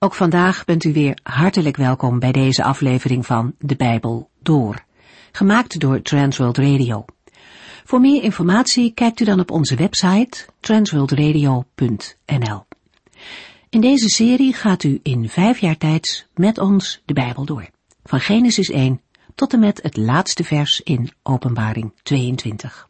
Ook vandaag bent u weer hartelijk welkom bij deze aflevering van De Bijbel Door, gemaakt door Transworld Radio. Voor meer informatie kijkt u dan op onze website transworldradio.nl. In deze serie gaat u in 5 jaar tijd met ons de Bijbel door, van Genesis 1 tot en met het laatste vers in Openbaring 22.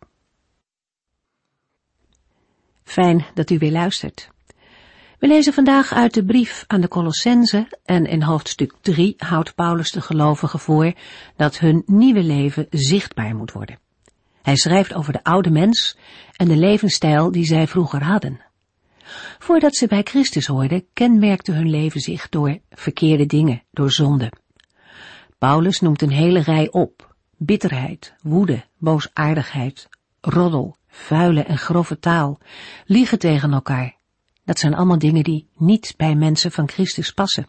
Fijn dat u weer luistert. We lezen vandaag uit de brief aan de Colossenzen en in hoofdstuk 3 houdt Paulus de gelovigen voor dat hun nieuwe leven zichtbaar moet worden. Hij schrijft over de oude mens en de levensstijl die zij vroeger hadden. Voordat ze bij Christus hoorden, kenmerkte hun leven zich door verkeerde dingen, door zonde. Paulus noemt een hele rij op: bitterheid, woede, boosaardigheid, roddel, vuile en grove taal, liegen tegen elkaar. Dat zijn allemaal dingen die niet bij mensen van Christus passen.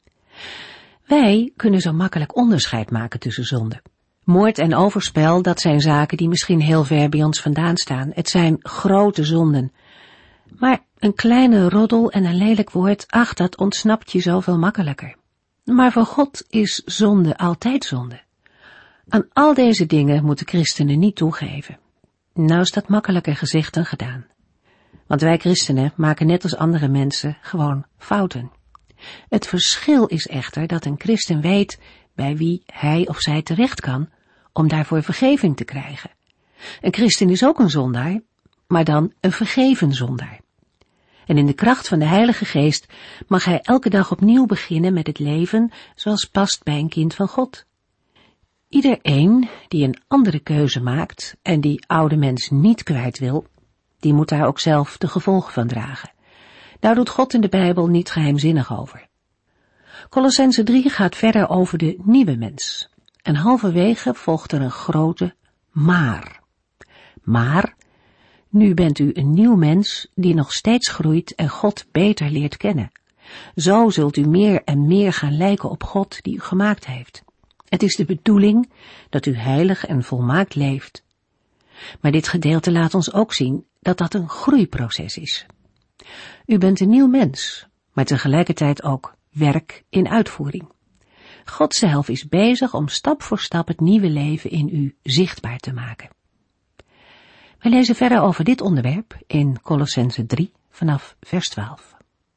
Wij kunnen zo makkelijk onderscheid maken tussen zonde. Moord en overspel, dat zijn zaken die misschien heel ver bij ons vandaan staan. Het zijn grote zonden. Maar een kleine roddel en een lelijk woord, ach, dat ontsnapt je zoveel makkelijker. Maar voor God is zonde altijd zonde. Aan al deze dingen moeten christenen niet toegeven. Nou is dat makkelijker gezegd dan gedaan. Want wij christenen maken net als andere mensen gewoon fouten. Het verschil is echter dat een christen weet bij wie hij of zij terecht kan om daarvoor vergeving te krijgen. Een christen is ook een zondaar, maar dan een vergeven zondaar. En in de kracht van de Heilige Geest mag hij elke dag opnieuw beginnen met het leven zoals past bij een kind van God. Iedereen die een andere keuze maakt en die oude mens niet kwijt wil, die moet daar ook zelf de gevolgen van dragen. Daar doet God in de Bijbel niet geheimzinnig over. Colossenzen 3 gaat verder over de nieuwe mens. En halverwege volgt er een grote maar. Maar, nu bent u een nieuw mens die nog steeds groeit en God beter leert kennen. Zo zult u meer en meer gaan lijken op God die u gemaakt heeft. Het is de bedoeling dat u heilig en volmaakt leeft. Maar dit gedeelte laat ons ook zien dat dat een groeiproces is. U bent een nieuw mens, maar tegelijkertijd ook werk in uitvoering. God zelf is bezig om stap voor stap het nieuwe leven in u zichtbaar te maken. Wij lezen verder over dit onderwerp in Colossenzen 3 vanaf vers 12.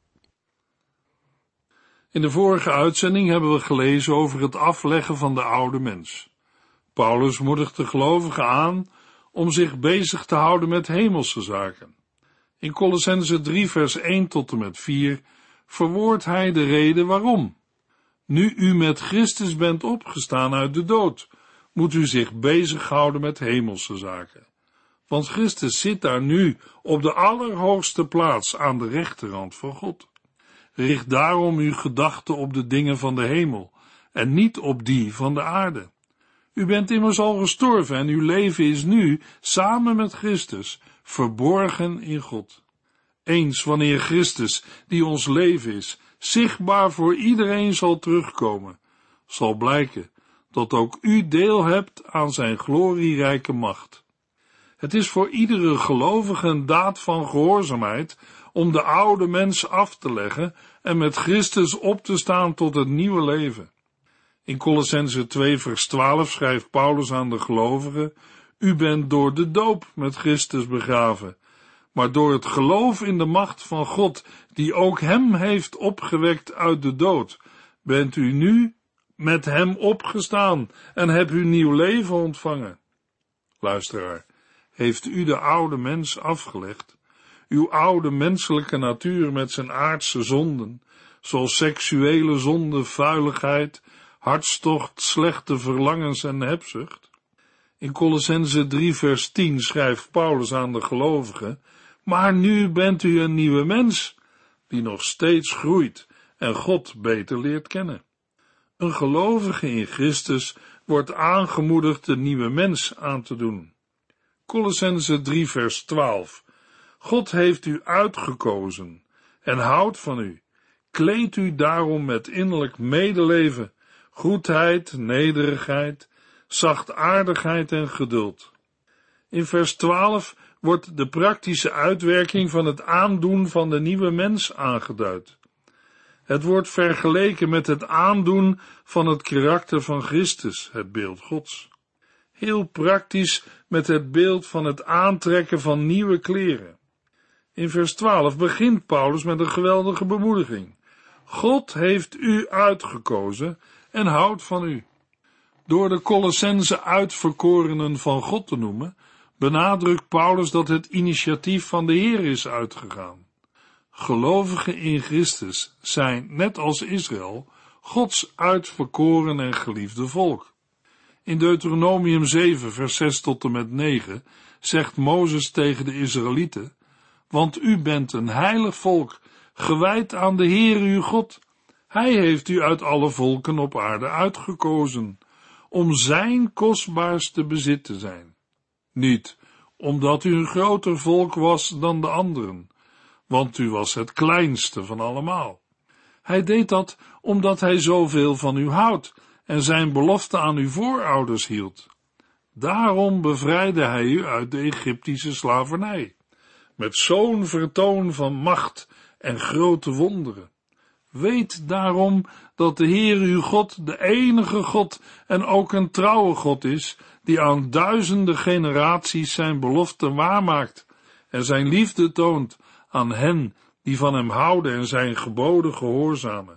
In de vorige uitzending hebben we gelezen over het afleggen van de oude mens. Paulus moedigt de gelovigen aan om zich bezig te houden met hemelse zaken. In Colossenzen 3 vers 1 tot en met 4 verwoordt hij de reden waarom. Nu u met Christus bent opgestaan uit de dood, moet u zich bezighouden met hemelse zaken. Want Christus zit daar nu op de allerhoogste plaats aan de rechterhand van God. Richt daarom uw gedachten op de dingen van de hemel en niet op die van de aarde. U bent immers al gestorven en uw leven is nu, samen met Christus, verborgen in God. Eens wanneer Christus, die ons leven is, zichtbaar voor iedereen zal terugkomen, zal blijken dat ook u deel hebt aan zijn glorierijke macht. Het is voor iedere gelovige een daad van gehoorzaamheid om de oude mens af te leggen en met Christus op te staan tot het nieuwe leven. In Colossenzen 2 vers 12 schrijft Paulus aan de gelovigen: u bent door de doop met Christus begraven, maar door het geloof in de macht van God, die ook hem heeft opgewekt uit de dood, bent u nu met hem opgestaan en hebt u nieuw leven ontvangen. Luisteraar, heeft u de oude mens afgelegd? Uw oude menselijke natuur met zijn aardse zonden, zoals seksuele zonde, vuiligheid, hartstocht, slechte verlangens en hebzucht? In Colossenzen 3 vers 10 schrijft Paulus aan de gelovigen: maar nu bent u een nieuwe mens, die nog steeds groeit en God beter leert kennen. Een gelovige in Christus wordt aangemoedigd de nieuwe mens aan te doen. Colossenzen 3 vers 12. God heeft u uitgekozen en houdt van u. Kleed u daarom met innerlijk medeleven, goedheid, nederigheid, zachtaardigheid en geduld. In vers 12 wordt de praktische uitwerking van het aandoen van de nieuwe mens aangeduid. Het wordt vergeleken met het aandoen van het karakter van Christus, het beeld Gods. Heel praktisch met het beeld van het aantrekken van nieuwe kleren. In vers 12 begint Paulus met een geweldige bemoediging. God heeft u uitgekozen en houdt van u. Door de Colossense uitverkorenen van God te noemen, benadrukt Paulus dat het initiatief van de Heer is uitgegaan. Gelovigen in Christus zijn, net als Israël, Gods uitverkoren en geliefde volk. In Deuteronomium 7, vers 6 tot en met 9 zegt Mozes tegen de Israëlieten: want u bent een heilig volk, gewijd aan de Heer uw God. Hij heeft u uit alle volken op aarde uitgekozen, om zijn kostbaarste bezit te zijn. Niet omdat u een groter volk was dan de anderen, want u was het kleinste van allemaal. Hij deed dat omdat hij zoveel van u houdt en zijn belofte aan uw voorouders hield. Daarom bevrijdde hij u uit de Egyptische slavernij, met zo'n vertoon van macht en grote wonderen. Weet daarom dat de Heer uw God de enige God en ook een trouwe God is, die aan duizenden generaties zijn belofte waarmaakt en zijn liefde toont aan hen die van hem houden en zijn geboden gehoorzamen.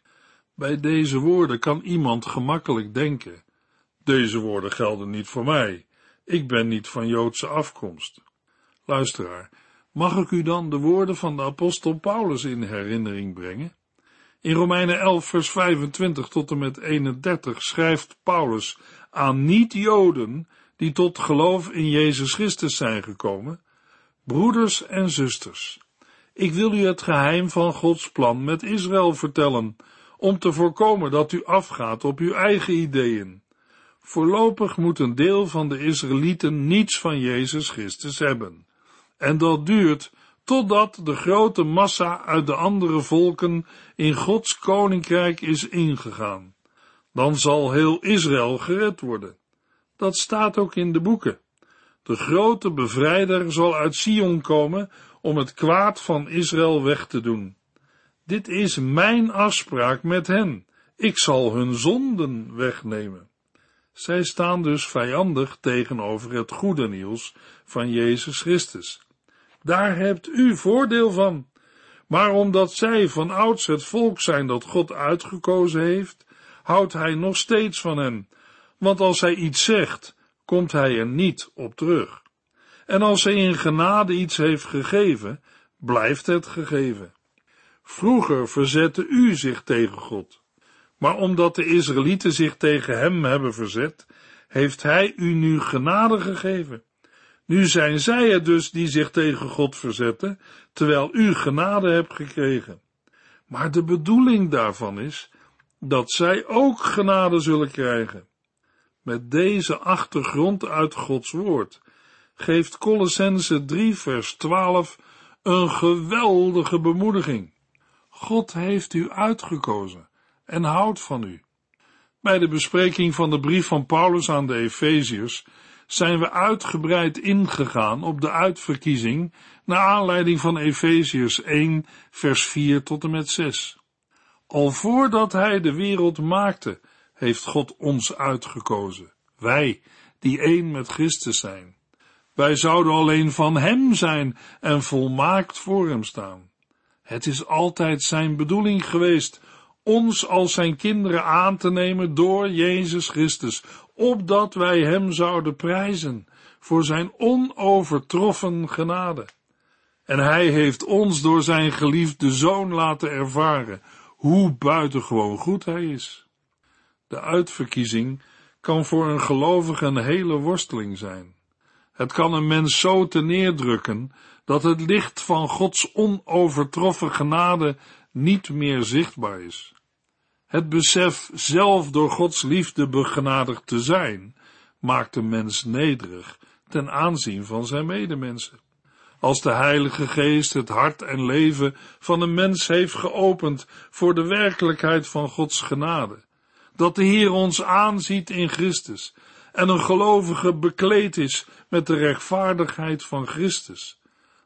Bij deze woorden kan iemand gemakkelijk denken: deze woorden gelden niet voor mij, ik ben niet van Joodse afkomst. Luisteraar, mag ik u dan de woorden van de apostel Paulus in herinnering brengen? In Romeinen 11 vers 25 tot en met 31 schrijft Paulus aan niet-Joden die tot geloof in Jezus Christus zijn gekomen: broeders en zusters, ik wil u het geheim van Gods plan met Israël vertellen, om te voorkomen dat u afgaat op uw eigen ideeën. Voorlopig moet een deel van de Israëlieten niets van Jezus Christus hebben. En dat duurt totdat de grote massa uit de andere volken in Gods koninkrijk is ingegaan. Dan zal heel Israël gered worden. Dat staat ook in de boeken. De grote bevrijder zal uit Sion komen om het kwaad van Israël weg te doen. Dit is mijn afspraak met hen. Ik zal hun zonden wegnemen. Zij staan dus vijandig tegenover het goede nieuws van Jezus Christus. Daar hebt u voordeel van. Maar omdat zij van ouds het volk zijn dat God uitgekozen heeft, houdt hij nog steeds van hen. Want als hij iets zegt, komt hij er niet op terug. En als hij in genade iets heeft gegeven, blijft het gegeven. Vroeger verzette u zich tegen God. Maar omdat de Israëlieten zich tegen hem hebben verzet, heeft hij u nu genade gegeven. Nu zijn zij het dus die zich tegen God verzetten, terwijl u genade hebt gekregen. Maar de bedoeling daarvan is dat zij ook genade zullen krijgen. Met deze achtergrond uit Gods woord geeft Colossense 3 vers 12 een geweldige bemoediging. God heeft u uitgekozen en houdt van u. Bij de bespreking van de brief van Paulus aan de Efeziërs zijn we uitgebreid ingegaan op de uitverkiezing naar aanleiding van Efeziërs 1 vers 4 tot en met 6. Al voordat hij de wereld maakte, heeft God ons uitgekozen, wij die één met Christus zijn. Wij zouden alleen van hem zijn en volmaakt voor hem staan. Het is altijd zijn bedoeling geweest ons als zijn kinderen aan te nemen door Jezus Christus, opdat wij hem zouden prijzen voor zijn onovertroffen genade. En hij heeft ons door zijn geliefde Zoon laten ervaren hoe buitengewoon goed hij is. De uitverkiezing kan voor een gelovige een hele worsteling zijn. Het kan een mens zo teneerdrukken dat het licht van Gods onovertroffen genade niet meer zichtbaar is. Het besef zelf door Gods liefde begenadigd te zijn, maakt een mens nederig ten aanzien van zijn medemensen. Als de Heilige Geest het hart en leven van een mens heeft geopend voor de werkelijkheid van Gods genade, dat de Heer ons aanziet in Christus en een gelovige bekleed is met de rechtvaardigheid van Christus,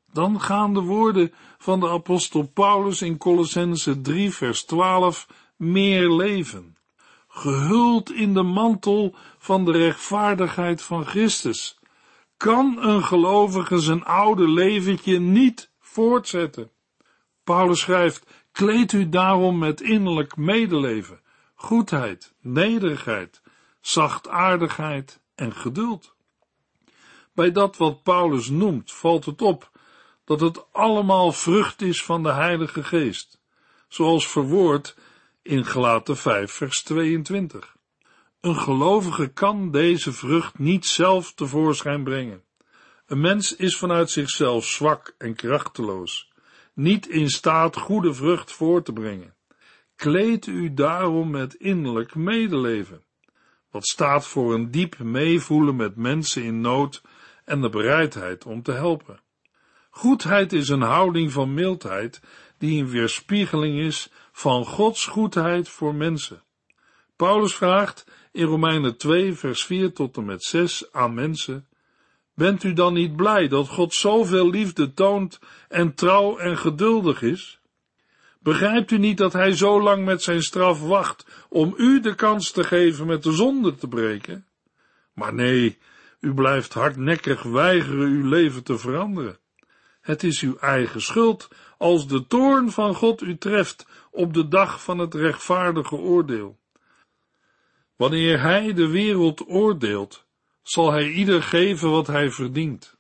Dan gaan de woorden van de apostel Paulus in Kolossenzen 3 vers 12 meer leven. Gehuld in de mantel van de rechtvaardigheid van Christus, kan een gelovige zijn oude leventje niet voortzetten. Paulus schrijft, kleed u daarom met innerlijk medeleven, goedheid, nederigheid, zachtaardigheid en geduld. Bij dat wat Paulus noemt, valt het op dat het allemaal vrucht is van de Heilige Geest, zoals verwoord in Galaten 5 vers 22. Een gelovige kan deze vrucht niet zelf tevoorschijn brengen. Een mens is vanuit zichzelf zwak en krachteloos, niet in staat goede vrucht voor te brengen. Kleed u daarom met innerlijk medeleven, wat staat voor een diep meevoelen met mensen in nood en de bereidheid om te helpen. Goedheid is een houding van mildheid die een weerspiegeling is van Gods goedheid voor mensen. Paulus vraagt in Romeinen 2 vers 4 tot en met 6 aan mensen: bent u dan niet blij dat God zoveel liefde toont en trouw en geduldig is? Begrijpt u niet dat hij zo lang met zijn straf wacht om u de kans te geven met de zonde te breken? Maar nee, u blijft hardnekkig weigeren uw leven te veranderen. Het is uw eigen schuld als de toorn van God u treft op de dag van het rechtvaardige oordeel. Wanneer hij de wereld oordeelt, zal hij ieder geven wat hij verdient.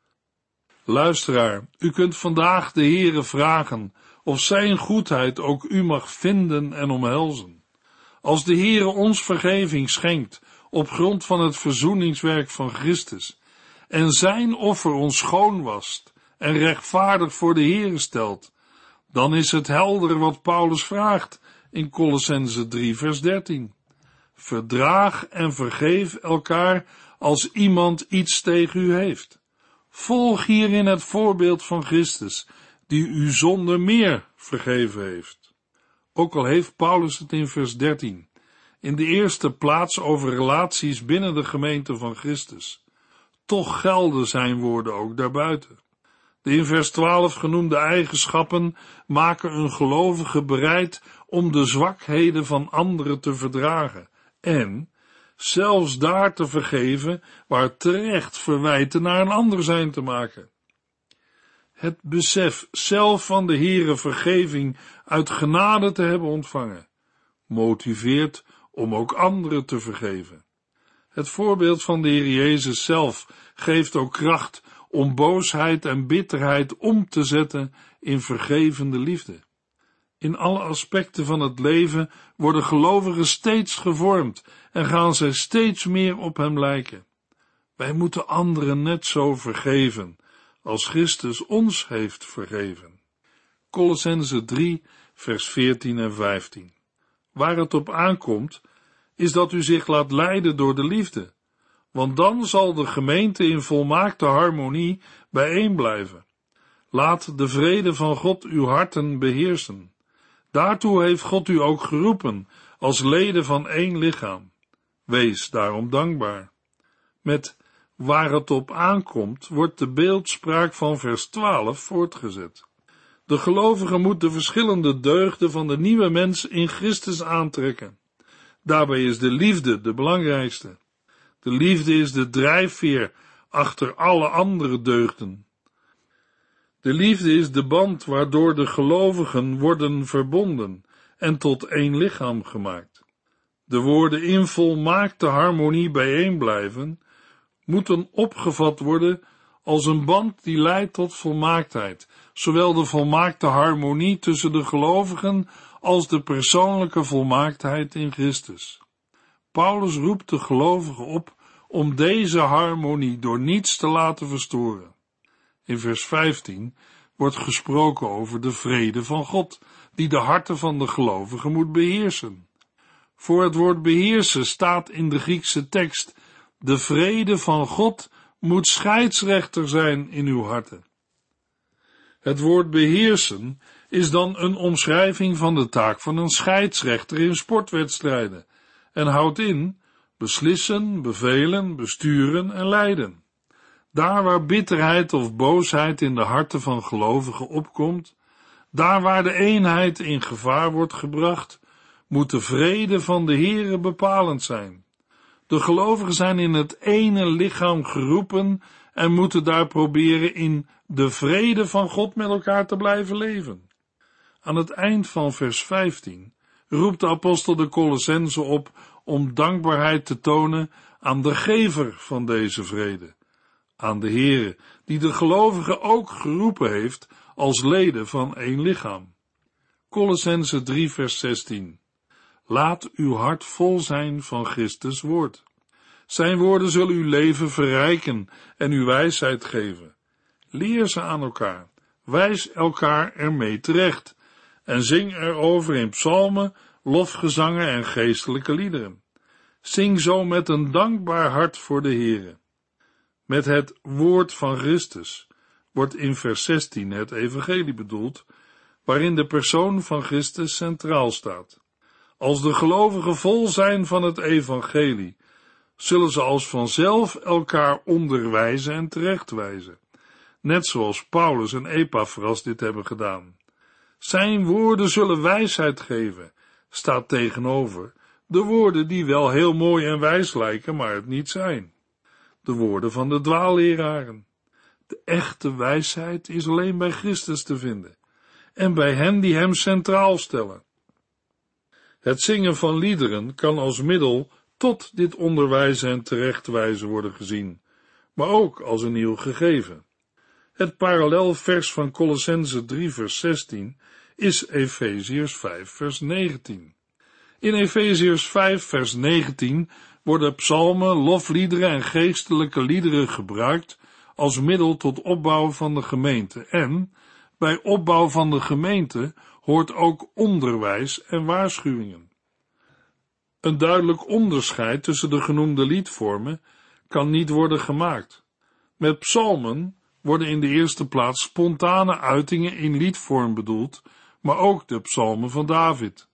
Luisteraar, u kunt vandaag de Heere vragen of zijn goedheid ook u mag vinden en omhelzen. Als de Heere ons vergeving schenkt op grond van het verzoeningswerk van Christus en zijn offer ons schoon wast en rechtvaardig voor de Heere stelt, dan is het helder wat Paulus vraagt in Kolossenzen 3 vers 13. Verdraag en vergeef elkaar als iemand iets tegen u heeft. Volg hierin het voorbeeld van Christus, die u zonder meer vergeven heeft. Ook al heeft Paulus het in vers 13 in de eerste plaats over relaties binnen de gemeente van Christus, toch gelden zijn woorden ook daarbuiten. De in vers 12 genoemde eigenschappen maken een gelovige bereid om de zwakheden van anderen te verdragen en zelfs daar te vergeven waar terecht verwijten naar een ander zijn te maken. Het besef zelf van de Heere vergeving uit genade te hebben ontvangen, motiveert om ook anderen te vergeven. Het voorbeeld van de Heer Jezus zelf geeft ook kracht om boosheid en bitterheid om te zetten in vergevende liefde. In alle aspecten van het leven worden gelovigen steeds gevormd en gaan zij steeds meer op hem lijken. Wij moeten anderen net zo vergeven als Christus ons heeft vergeven. Kolossenzen 3 vers 14 en 15. Waar het op aankomt, is dat u zich laat leiden door de liefde, want dan zal de gemeente in volmaakte harmonie bijeen blijven. Laat de vrede van God uw harten beheersen. Daartoe heeft God u ook geroepen, als leden van één lichaam. Wees daarom dankbaar. Met waar het op aankomt, wordt de beeldspraak van vers 12 voortgezet. De gelovige moet de verschillende deugden van de nieuwe mens in Christus aantrekken. Daarbij is de liefde de belangrijkste. De liefde is de drijfveer achter alle andere deugden. De liefde is de band waardoor de gelovigen worden verbonden en tot één lichaam gemaakt. De woorden in volmaakte harmonie bijeen blijven, moeten opgevat worden als een band die leidt tot volmaaktheid, zowel de volmaakte harmonie tussen de gelovigen als de persoonlijke volmaaktheid in Christus. Paulus roept de gelovigen op om deze harmonie door niets te laten verstoren. In vers 15 wordt gesproken over de vrede van God, die de harten van de gelovigen moet beheersen. Voor het woord beheersen staat in de Griekse tekst: de vrede van God moet scheidsrechter zijn in uw harten. Het woord beheersen is dan een omschrijving van de taak van een scheidsrechter in sportwedstrijden en houdt in beslissen, bevelen, besturen en leiden. Daar waar bitterheid of boosheid in de harten van gelovigen opkomt, daar waar de eenheid in gevaar wordt gebracht, moet de vrede van de Heere bepalend zijn. De gelovigen zijn in het ene lichaam geroepen en moeten daar proberen in de vrede van God met elkaar te blijven leven. Aan het eind van vers 15 roept de apostel de Colossenzen op om dankbaarheid te tonen aan de gever van deze vrede, aan de Heere, die de gelovigen ook geroepen heeft als leden van één lichaam. Colossenzen 3 vers 16. Laat uw hart vol zijn van Christus woord. Zijn woorden zullen uw leven verrijken en uw wijsheid geven. Leer ze aan elkaar, wijs elkaar ermee terecht en zing erover in psalmen, lofgezangen en geestelijke liederen. Zing zo met een dankbaar hart voor de Heere. Met het woord van Christus wordt in vers 16 het evangelie bedoeld, waarin de persoon van Christus centraal staat. Als de gelovigen vol zijn van het evangelie, zullen ze als vanzelf elkaar onderwijzen en terechtwijzen, net zoals Paulus en Epaphras dit hebben gedaan. Zijn woorden zullen wijsheid geven, staat tegenover de woorden die wel heel mooi en wijs lijken, maar het niet zijn. De woorden van de dwaalleraren. De echte wijsheid is alleen bij Christus te vinden en bij hen die hem centraal stellen. Het zingen van liederen kan als middel tot dit onderwijzen en terechtwijzen worden gezien, maar ook als een nieuw gegeven. Het parallelvers van Colossenzen 3 vers 16 is Efeziërs 5 vers 19. In Efeziërs 5 vers 19 worden psalmen, lofliederen en geestelijke liederen gebruikt als middel tot opbouw van de gemeente en bij opbouw van de gemeente hoort ook onderwijs en waarschuwingen. Een duidelijk onderscheid tussen de genoemde liedvormen kan niet worden gemaakt. Met psalmen worden in de eerste plaats spontane uitingen in liedvorm bedoeld, maar ook de psalmen van David.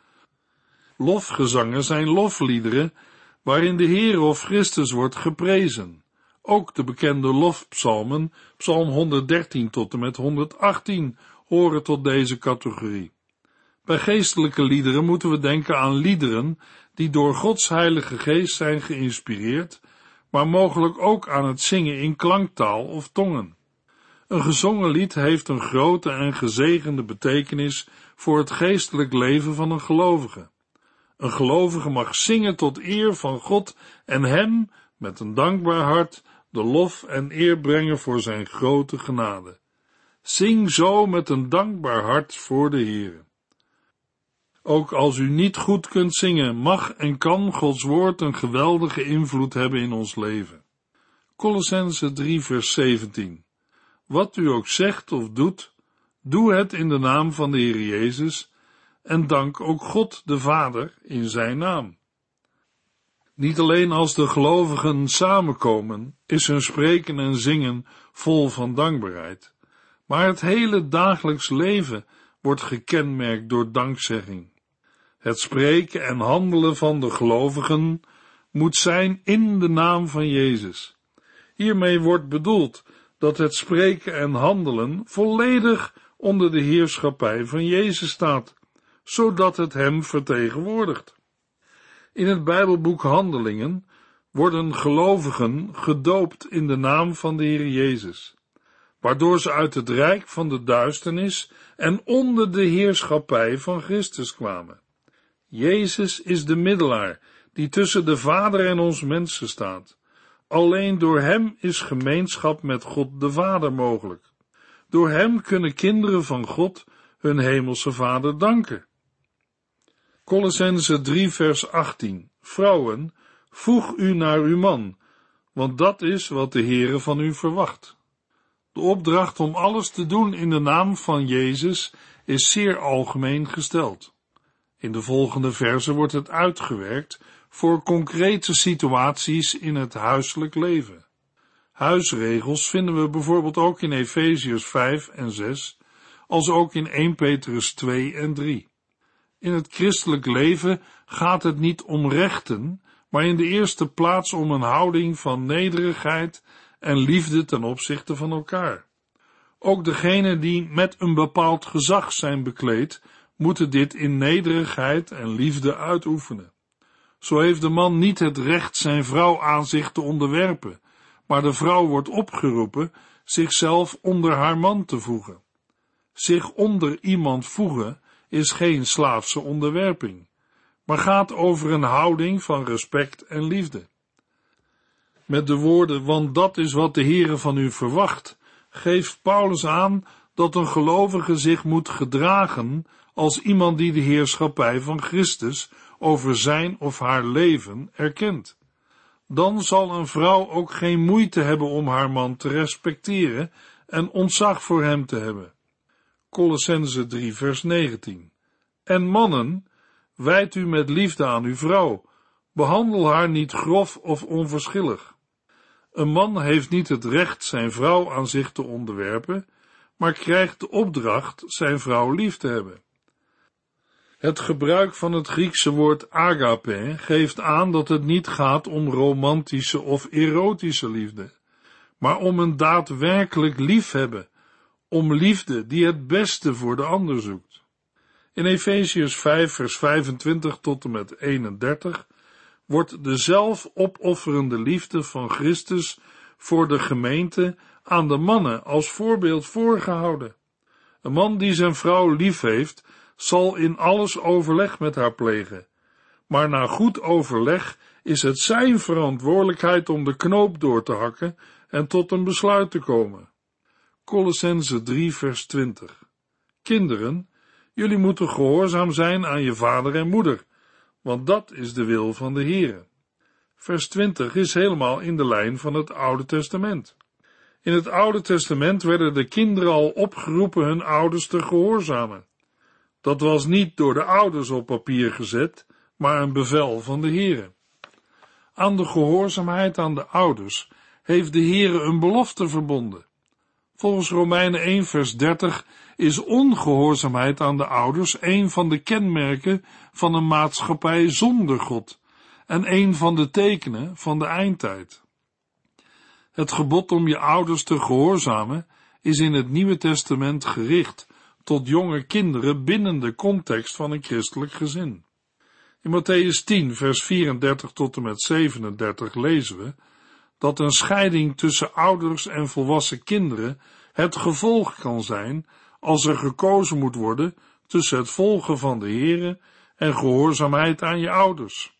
Lofgezangen zijn lofliederen waarin de Heer of Christus wordt geprezen. Ook de bekende lofpsalmen, psalm 113 tot en met 118, horen tot deze categorie. Bij geestelijke liederen moeten we denken aan liederen die door Gods Heilige Geest zijn geïnspireerd, maar mogelijk ook aan het zingen in klanktaal of tongen. Een gezongen lied heeft een grote en gezegende betekenis voor het geestelijk leven van een gelovige. Een gelovige mag zingen tot eer van God en hem met een dankbaar hart de lof en eer brengen voor zijn grote genade. Zing zo met een dankbaar hart voor de Heere. Ook als u niet goed kunt zingen, mag en kan Gods woord een geweldige invloed hebben in ons leven. Colossenzen 3 vers 17. Wat u ook zegt of doet, doe het in de naam van de Heer Jezus en dank ook God de Vader in zijn naam. Niet alleen als de gelovigen samenkomen, is hun spreken en zingen vol van dankbaarheid, maar het hele dagelijks leven wordt gekenmerkt door dankzegging. Het spreken en handelen van de gelovigen moet zijn in de naam van Jezus. Hiermee wordt bedoeld dat het spreken en handelen volledig onder de heerschappij van Jezus staat, zodat het hem vertegenwoordigt. In het Bijbelboek Handelingen worden gelovigen gedoopt in de naam van de Heer Jezus, waardoor ze uit het rijk van de duisternis en onder de heerschappij van Christus kwamen. Jezus is de middelaar die tussen de Vader en ons mensen staat. Alleen door hem is gemeenschap met God de Vader mogelijk. Door hem kunnen kinderen van God hun hemelse Vader danken. Colossenzen 3 vers 18. Vrouwen, voeg u naar uw man, want dat is wat de Heere van u verwacht. De opdracht om alles te doen in de naam van Jezus is zeer algemeen gesteld. In de volgende verzen wordt het uitgewerkt voor concrete situaties in het huiselijk leven. Huisregels vinden we bijvoorbeeld ook in Efeziërs 5 en 6, als ook in 1 Petrus 2 en 3. In het christelijk leven gaat het niet om rechten, maar in de eerste plaats om een houding van nederigheid en liefde ten opzichte van elkaar. Ook degenen die met een bepaald gezag zijn bekleed, moeten dit in nederigheid en liefde uitoefenen. Zo heeft de man niet het recht zijn vrouw aan zich te onderwerpen, maar de vrouw wordt opgeroepen zichzelf onder haar man te voegen. Zich onder iemand voegen is geen slaafse onderwerping, maar gaat over een houding van respect en liefde. Met de woorden, want dat is wat de Heere van u verwacht, geeft Paulus aan dat een gelovige zich moet gedragen als iemand die de heerschappij van Christus over zijn of haar leven erkent. Dan zal een vrouw ook geen moeite hebben om haar man te respecteren en ontzag voor hem te hebben. Kolossenzen 3 vers 19. En mannen, wijd u met liefde aan uw vrouw, behandel haar niet grof of onverschillig. Een man heeft niet het recht zijn vrouw aan zich te onderwerpen, maar krijgt de opdracht zijn vrouw lief te hebben. Het gebruik van het Griekse woord agape geeft aan dat het niet gaat om romantische of erotische liefde, maar om een daadwerkelijk liefhebben, om liefde die het beste voor de ander zoekt. In Efesiërs 5 vers 25 tot en met 31 wordt de zelfopofferende liefde van Christus voor de gemeente aan de mannen als voorbeeld voorgehouden. Een man die zijn vrouw lief heeft, zal in alles overleg met haar plegen, maar na goed overleg is het zijn verantwoordelijkheid om de knoop door te hakken en tot een besluit te komen. Kolossenzen 3 vers 20. Kinderen, jullie moeten gehoorzaam zijn aan je vader en moeder, want dat is de wil van de Heere. Vers 20 is helemaal in de lijn van het Oude Testament. In het Oude Testament werden de kinderen al opgeroepen hun ouders te gehoorzamen. Dat was niet door de ouders op papier gezet, maar een bevel van de Heere. Aan de gehoorzaamheid aan de ouders heeft de Heere een belofte verbonden. Volgens Romeinen 1 vers 30 is ongehoorzaamheid aan de ouders een van de kenmerken van een maatschappij zonder God en een van de tekenen van de eindtijd. Het gebod om je ouders te gehoorzamen is in het Nieuwe Testament gericht tot jonge kinderen binnen de context van een christelijk gezin. In Mattheüs 10 vers 34 tot en met 37 lezen we dat een scheiding tussen ouders en volwassen kinderen het gevolg kan zijn als er gekozen moet worden tussen het volgen van de Heere en gehoorzaamheid aan je ouders.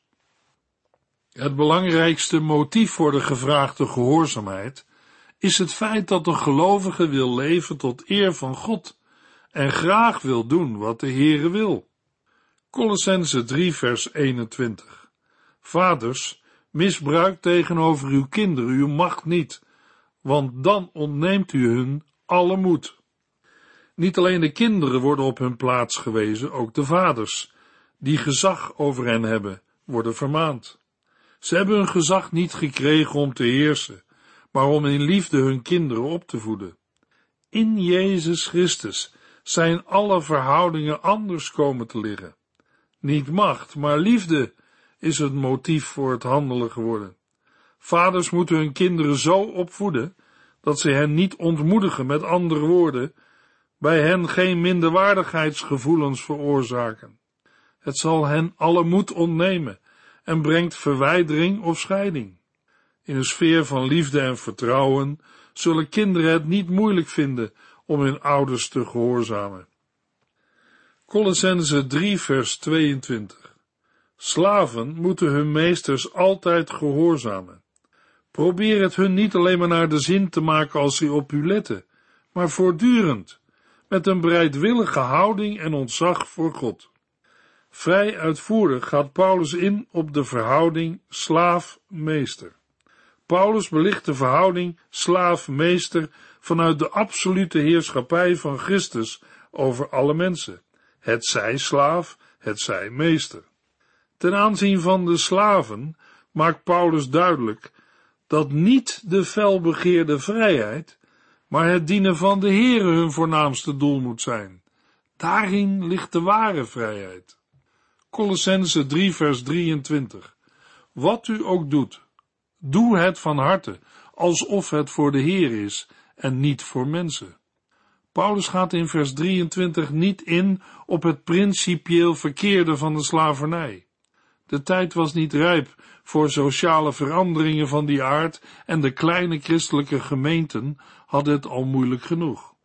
Het belangrijkste motief voor de gevraagde gehoorzaamheid is het feit dat de gelovige wil leven tot eer van God en graag wil doen wat de Heere wil. Kolossenzen 3 vers 21. Vaders, misbruik tegenover uw kinderen uw macht niet, want dan ontneemt u hun alle moed. Niet alleen de kinderen worden op hun plaats gewezen, ook de vaders, die gezag over hen hebben, worden vermaand. Ze hebben hun gezag niet gekregen om te heersen, maar om in liefde hun kinderen op te voeden. In Jezus Christus zijn alle verhoudingen anders komen te liggen. Niet macht, maar liefde is het motief voor het handelen geworden. Vaders moeten hun kinderen zo opvoeden, dat ze hen niet ontmoedigen, met andere woorden, bij hen geen minderwaardigheidsgevoelens veroorzaken. Het zal hen alle moed ontnemen en brengt verwijdering of scheiding. In een sfeer van liefde en vertrouwen zullen kinderen het niet moeilijk vinden om hun ouders te gehoorzamen. Kolossenzen 3 vers 22. Slaven moeten hun meesters altijd gehoorzamen. Probeer het hun niet alleen maar naar de zin te maken als ze op u letten, maar voortdurend, met een bereidwillige houding en ontzag voor God. Vrij uitvoerig gaat Paulus in op de verhouding slaaf-meester. Paulus belicht de verhouding slaaf-meester vanuit de absolute heerschappij van Christus over alle mensen, hetzij slaaf, hetzij meester. Ten aanzien van de slaven maakt Paulus duidelijk dat niet de felbegeerde vrijheid, maar het dienen van de Heere hun voornaamste doel moet zijn. Daarin ligt de ware vrijheid. Kolossenzen 3 vers 23. Wat u ook doet, doe het van harte, alsof het voor de Heer is en niet voor mensen. Paulus gaat in vers 23 niet in op het principieel verkeerde van de slavernij. De tijd was niet rijp voor sociale veranderingen van die aard en de kleine christelijke gemeenten hadden het al moeilijk genoeg.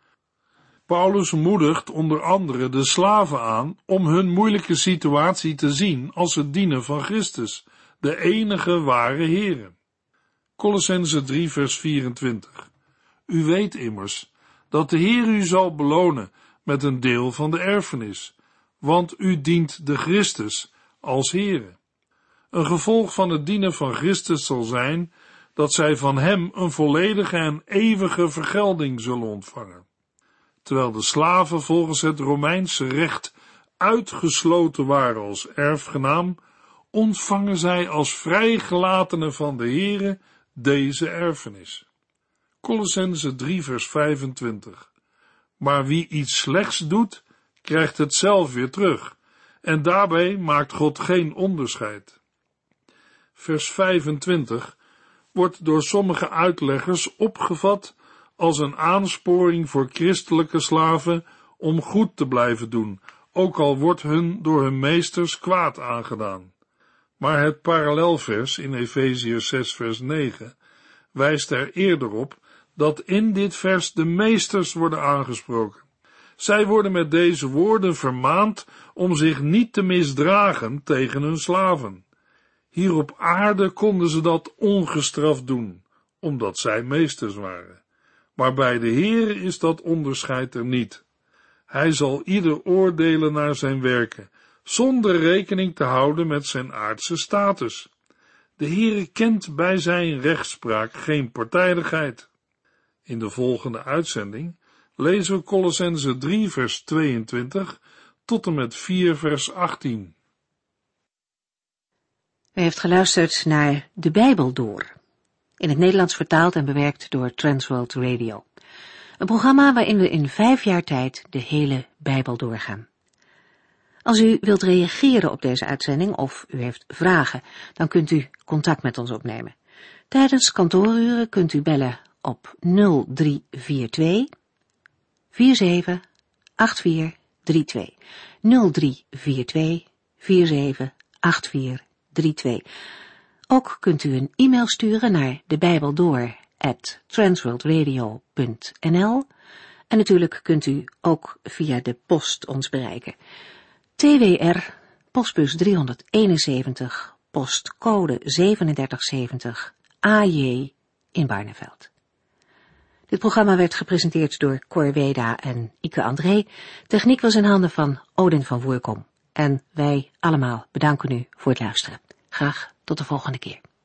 Paulus moedigt onder andere de slaven aan om hun moeilijke situatie te zien als het dienen van Christus, de enige ware Heere. Kolossenzen 3 vers 24. U weet immers dat de Heer u zal belonen met een deel van de erfenis, want u dient de Christus als Heere. Een gevolg van het dienen van Christus zal zijn dat zij van hem een volledige en eeuwige vergelding zullen ontvangen. Terwijl de slaven volgens het Romeinse recht uitgesloten waren als erfgenaam, ontvangen zij als vrijgelatenen van de Heere deze erfenis. Kolossenzen 3 vers 25. Maar wie iets slechts doet, krijgt het zelf weer terug, en daarbij maakt God geen onderscheid. Vers 25 wordt door sommige uitleggers opgevat als een aansporing voor christelijke slaven om goed te blijven doen, ook al wordt hun door hun meesters kwaad aangedaan. Maar het parallelvers in Efeziërs 6 vers 9 wijst er eerder op dat in dit vers de meesters worden aangesproken. Zij worden met deze woorden vermaand om zich niet te misdragen tegen hun slaven. Hier op aarde konden ze dat ongestraft doen, omdat zij meesters waren. Maar bij de Heere is dat onderscheid er niet. Hij zal ieder oordelen naar zijn werken, zonder rekening te houden met zijn aardse status. De Heere kent bij zijn rechtspraak geen partijdigheid. In de volgende uitzending lezen we Kolossenzen 3 vers 22 tot en met 4 vers 18. U heeft geluisterd naar De Bijbel Door, in het Nederlands vertaald en bewerkt door Transworld Radio. Een programma waarin we in 5 jaar tijd de hele Bijbel doorgaan. Als u wilt reageren op deze uitzending of u heeft vragen, dan kunt u contact met ons opnemen. Tijdens kantooruren kunt u bellen op 0342 478432. 0342 478432. Ook kunt u een e-mail sturen naar debijbeldoor@transworldradio.nl en natuurlijk kunt u ook via de post ons bereiken. TWR, postbus 371, postcode 3770, AJ in Barneveld. Dit programma werd gepresenteerd door Cor Weda en Ike André. Techniek was in handen van Odin van Voerkom. En wij allemaal bedanken u voor het luisteren. Graag tot de volgende keer.